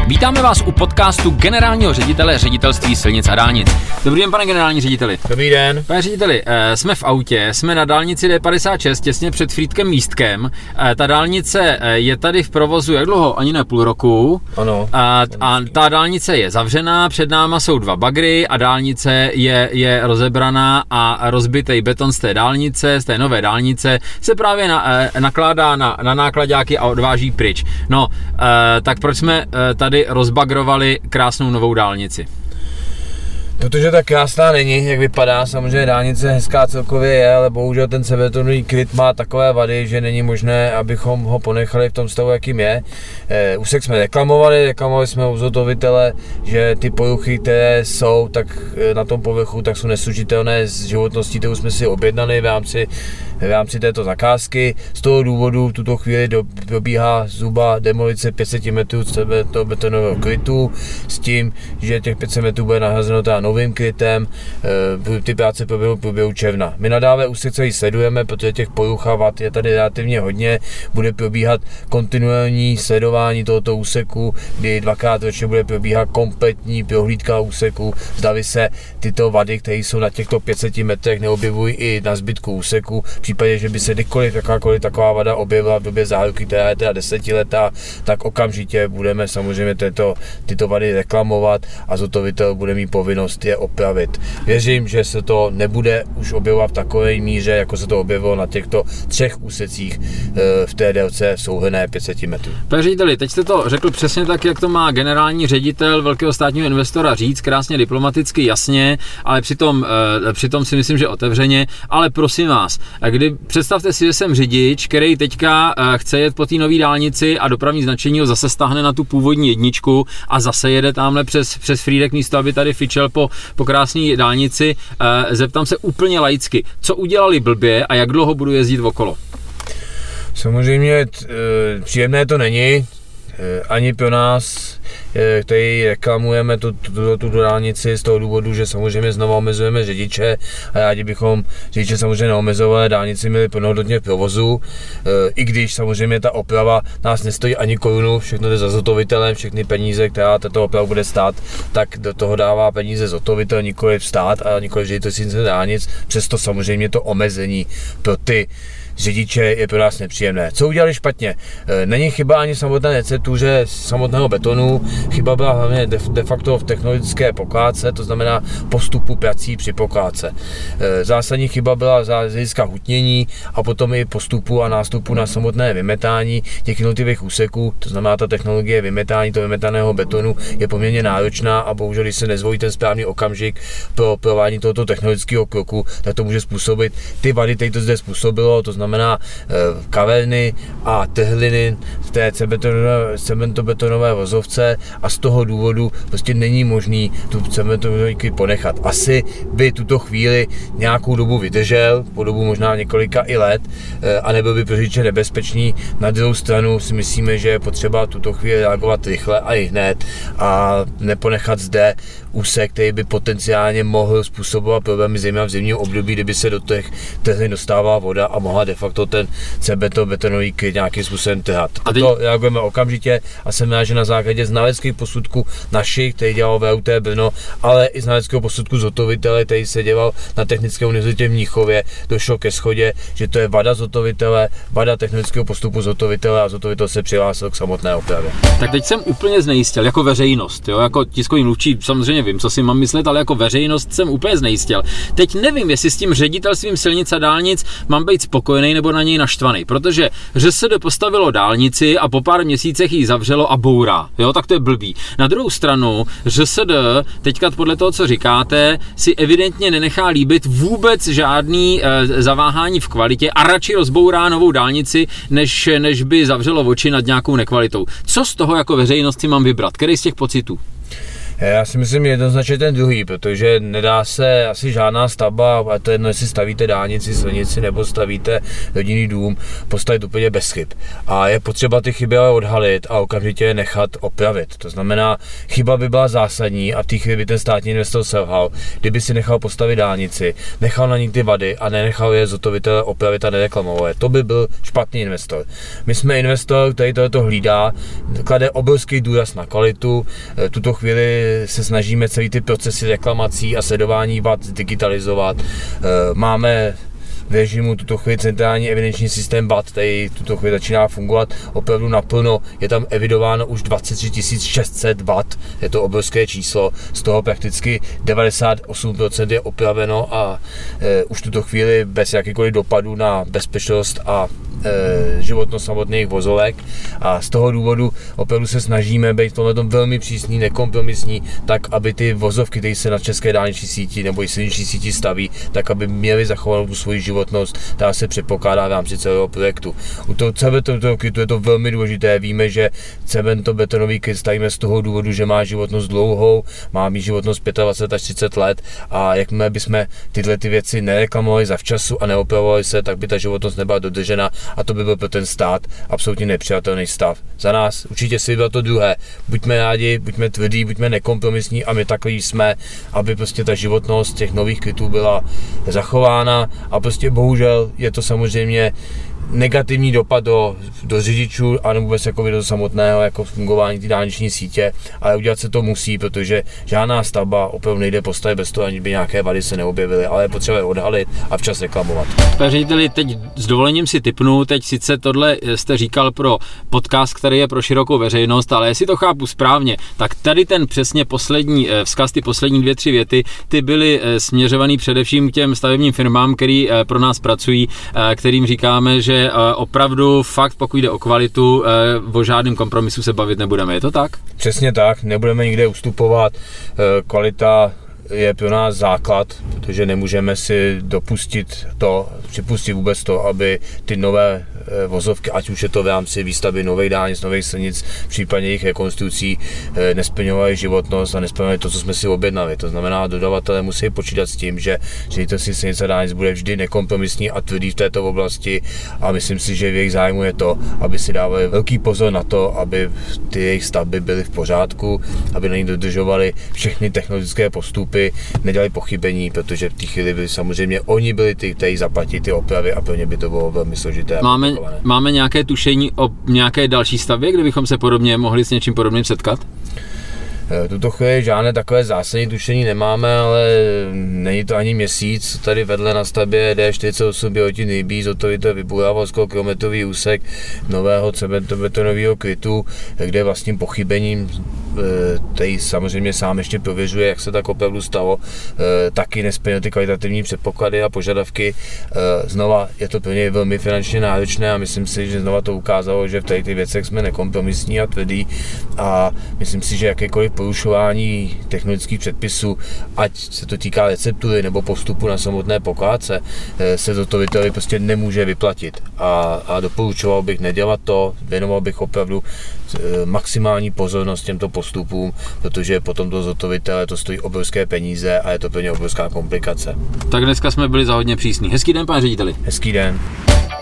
Vítáme vás u podcastu generálního ředitele Ředitelství silnic a dálnic. Dobrý den, pane generální řediteli. Dobrý den. Pane řediteli, jsme v autě, jsme na dálnici D56, těsně před Frýdkem Místkem. Ta dálnice je tady v provozu jak dlouho? Ani ne půl roku. Ano. A ta dálnice je zavřená, před náma jsou dva bagry a dálnice je rozebraná a rozbitej beton z té dálnice, z té nové dálnice se právě nakládá na náklaďáky a odváží pryč. No, tak proč jsme tady rozbagrovali krásnou novou dálnici? Protože tak krásná není, jak vypadá, samozřejmě dálnice hezká celkově je, ale bohužel ten sebetonový kryt má takové vady, že není možné, abychom ho ponechali v tom stavu, jakým je. Úsek jsme reklamovali jsme u zhotovitele, že ty poruchy, které jsou tak na tom povrchu, tak jsou neslučitelné s životností, kterou jsme si objednali v rámci této zakázky. Z toho důvodu v tuto chvíli dobíhá zhruba demolice 500 metrů betonového krytu s tím, že těch 500 metrů bude nahrazeno novým krytem. Ty práce proběhnou v průběhu června. My nadále úsek celý sledujeme, protože těch poruch a vad je tady relativně hodně. Bude probíhat kontinuální sledování tohoto úseku, kdy dvakrát ročně bude probíhat kompletní prohlídka úseku. Zdali se tyto vady, které jsou na těchto 500 metrech, neobjevují i na zbytku úseku. V případě, že by se kdykoliv jakákoliv taková vada objevila v době záruky, která je teda 10letá, tak okamžitě budeme samozřejmě tyto vady reklamovat a zhotovitel bude mít povinnost je opravit. Věřím, že se to nebude už objevovat v takové míře, jako se to objevilo na těchto 3 úsecích v té délce souhrnné 500 metrů. Pane řediteli, teď jste to řekl přesně tak, jak to má generální ředitel velkého státního investora říct, krásně diplomaticky, jasně, ale přitom si myslím, že otevřeně, ale prosím vás, představte si, že jsem řidič, který teďka chce jet po té nové dálnici a dopravní značení ho zase stáhne na tu původní jedničku a zase jede tamhle přes Frýdek místo, aby tady fičel po krásné dálnici. Zeptám se úplně laicky, co udělali blbě a jak dlouho budu jezdit okolo? Samozřejmě příjemné to není, ani pro nás, který reklamujeme tu dálnici z toho důvodu, že samozřejmě znovu omezujeme řidiče a rádi bychom řidiče samozřejmě neomezovali, dálnici měli plnohodnotně v provozu, i když samozřejmě ta oprava nás nestojí ani korunu, všechno jde za zhotovitelem, všechny peníze, která tato oprava bude stát, tak do toho dává peníze zhotovitel, nikoliv stát a nikoliv ředitelství dálnic, přesto samozřejmě to omezení pro ty řidiče je pro nás nepříjemné. Co udělali špatně? Není chyba ani samotné receptuře samotného betonu, chyba byla hlavně de facto v technologické pokládce, to znamená postupu prací při pokládce. Zásadní chyba byla z hlediska hutnění a potom i postupu a nástupu na samotné vymetání těch jednotlivých úseků, to znamená ta technologie vymetání toho vymetaného betonu je poměrně náročná a bohužel, když se nezvolí ten správný okamžik pro provádění tohoto technologického kroku, tak to může způsobit ty vady, které to zde způsobilo, to znamená kaverny a trhliny v té cementobetonové vozovce a z toho důvodu prostě není možný tu cementový kryt ponechat. Asi by tuto chvíli nějakou dobu vydržel, po dobu možná několika i let, a nebyl by pro řidiče nebezpečný. Na druhou stranu si myslíme, že je potřeba tuto chvíli reagovat rychle a i hned a neponechat zde úsek, který by potenciálně mohl způsobovat problémy zejména v zimním období, kdyby se do těch trhlin dostávala voda a mohla de facto ten betonový kryt nějakým způsobem trhat. A to reagujeme okamžitě a jsem rád, že na základě znaleckých posudků našich, který dělal VUT Brno, ale i znaleckého posudku zhotovitele, který se dělal na Technické univerzitě v Mnichově, došlo ke shodě, že to je vada zhotovitele, vada technického postupu zhotovitele a zhotovitel se přihlásil k samotné opravě. Tak teď jsem úplně znejistil, jako veřejnost, jo, jako tiskový mluvčí samozřejmě vím, co si mám myslet, ale jako veřejnost jsem úplně znejistil. Teď nevím, jestli s tím ředitelstvím silnic a dálnic mám být spokojený nebo na něj naštvaný, protože ŘSD postavilo dálnici a po pár měsících ji zavřelo a bourá, jo, tak to je blbý. Na druhou stranu řsd teďka podle toho, co říkáte, si evidentně nenechá líbit vůbec žádný zaváhání v kvalitě a radši rozbourá novou dálnici, než by zavřelo oči nad nějakou nekvalitou. Co z toho jako veřejnost si mám vybrat? Který z těch pocitů? Já si myslím jednoznačně ten druhý, protože nedá se asi žádná stavba, a to jedno, jestli stavíte dálnici, silnici nebo stavíte rodinný dům, postavit úplně bez chyb. A je potřeba ty chyby ale odhalit a okamžitě je nechat opravit. To znamená, chyba by byla zásadní a v té chvíli by ten státní investor selhal, kdyby si nechal postavit dálnici, nechal na ní ty vady a nenechal je zhotovitele opravit a nereklamoval je. To by byl špatný investor. My jsme investor, který tohleto hlídá, klade obrovský důraz na kvalitu. Tuto chvíli se snažíme celý ty procesy reklamací a sledování vad digitalizovat. Máme v režimu tuto chvíli centrální evidenční systém VAT, který tuto chvíli začíná fungovat opravdu naplno. Je tam evidováno už 23 600 watt, je to obrovské číslo, z toho prakticky 98% je opraveno a už tuto chvíli bez jakýkoliv dopadu na bezpečnost a životnost samotných vozovek a z toho důvodu opravdu se snažíme být v tomhle velmi přísný, nekompromisní, tak aby ty vozovky, které se na české dálniční síti nebo i silniční síti staví, tak aby měly zachovanou tu svoji životnost, která se předpokládá v rámci celého projektu. U toho cementového krytu je to velmi důležité, víme, že cementobetonový kryt stavíme z toho důvodu, že má životnost dlouhou, má mít životnost 25 až 30 let a jakmile bychom tyhle ty věci nereklamovali zavčasu a neopravovali se, tak by ta životnost nebyla dodržena a to by byl pro ten stát absolutně nepřijatelný stav. Za nás určitě si vybral to druhé. Buďme rádi, buďme tvrdí, buďme nekompromisní a my takový jsme, aby prostě ta životnost těch nových krytů byla zachována a prostě bohužel je to samozřejmě negativní dopad do řidičů a nebo vůbec jako do samotného jako fungování té dálniční sítě, ale udělat se to musí, protože žádná stavba opravdu nejde postavit bez toho, aniž by nějaké vady se neobjevily, ale je potřeba je odhalit a včas reklamovat. Pane řediteli, teď s dovolením si tipnu, teď sice tohle jste říkal pro podcast, který je pro širokou veřejnost, ale jestli to chápu správně, tak tady ten přesně poslední vzkaz, ty poslední 2-3 věty, ty byly směřovaný především k těm stavebním firmám, který pro nás pracují, kterým říkáme, že opravdu fakt, pokud jde o kvalitu, o žádném kompromisu se bavit nebudeme, je to tak? Přesně tak, nebudeme nikde ustupovat, kvalita je pro nás základ, protože nemůžeme si připustit vůbec to, aby ty nové vozovky, ať už je to v rámci výstavby nových dálnic, nových silnic, případně jejich rekonstrukcí, nesplňovaly životnost a nesplňovaly to, co jsme si objednali. To znamená, dodavatelé musí počítat s tím, že ředitelství silnic a dálnic bude vždy nekompromisní a tvrdý v této oblasti a myslím si, že v jejich zájmu je to, aby si dávali velký pozor na to, aby ty jejich stavby byly v pořádku, aby na nich dodržovali všechny technologické postupy, nedělali pochybení, protože v té chvíli by samozřejmě oni byli ty, kteří zaplatí ty opravy a pro ně by to bylo velmi složité. Máme nějaké tušení o nějaké další stavbě, kde bychom se podobně mohli s něčím podobným setkat? Tuto chvíli žádné takové zásadní tušení nemáme, ale není to ani měsíc. Tady vedle na stavbě D48 Bělotín Rybíz, to vybudával kilometrový úsek nového cementobetonového krytu, kde vlastním pochybením, který samozřejmě sám ještě prověřuje, jak se tak opravdu stalo, taky nesplnil ty kvalitativní předpoklady a požadavky. Znova je to pro něj velmi finančně náročné a myslím si, že znova to ukázalo, že v těch věcech jsme nekompromisní a tvrdí a myslím si, že jakékoliv porušování technických předpisů, ať se to týká receptury nebo postupu na samotné pokládce, se zhotoviteli prostě nemůže vyplatit. A doporučoval bych nedělat to, věnoval bych opravdu maximální pozornost těmto postupům, protože potom do zhotovitele to stojí obrovské peníze a je to pro ně obrovská komplikace. Tak dneska jsme byli za hodně přísní. Hezký den, pane řediteli. Hezký den.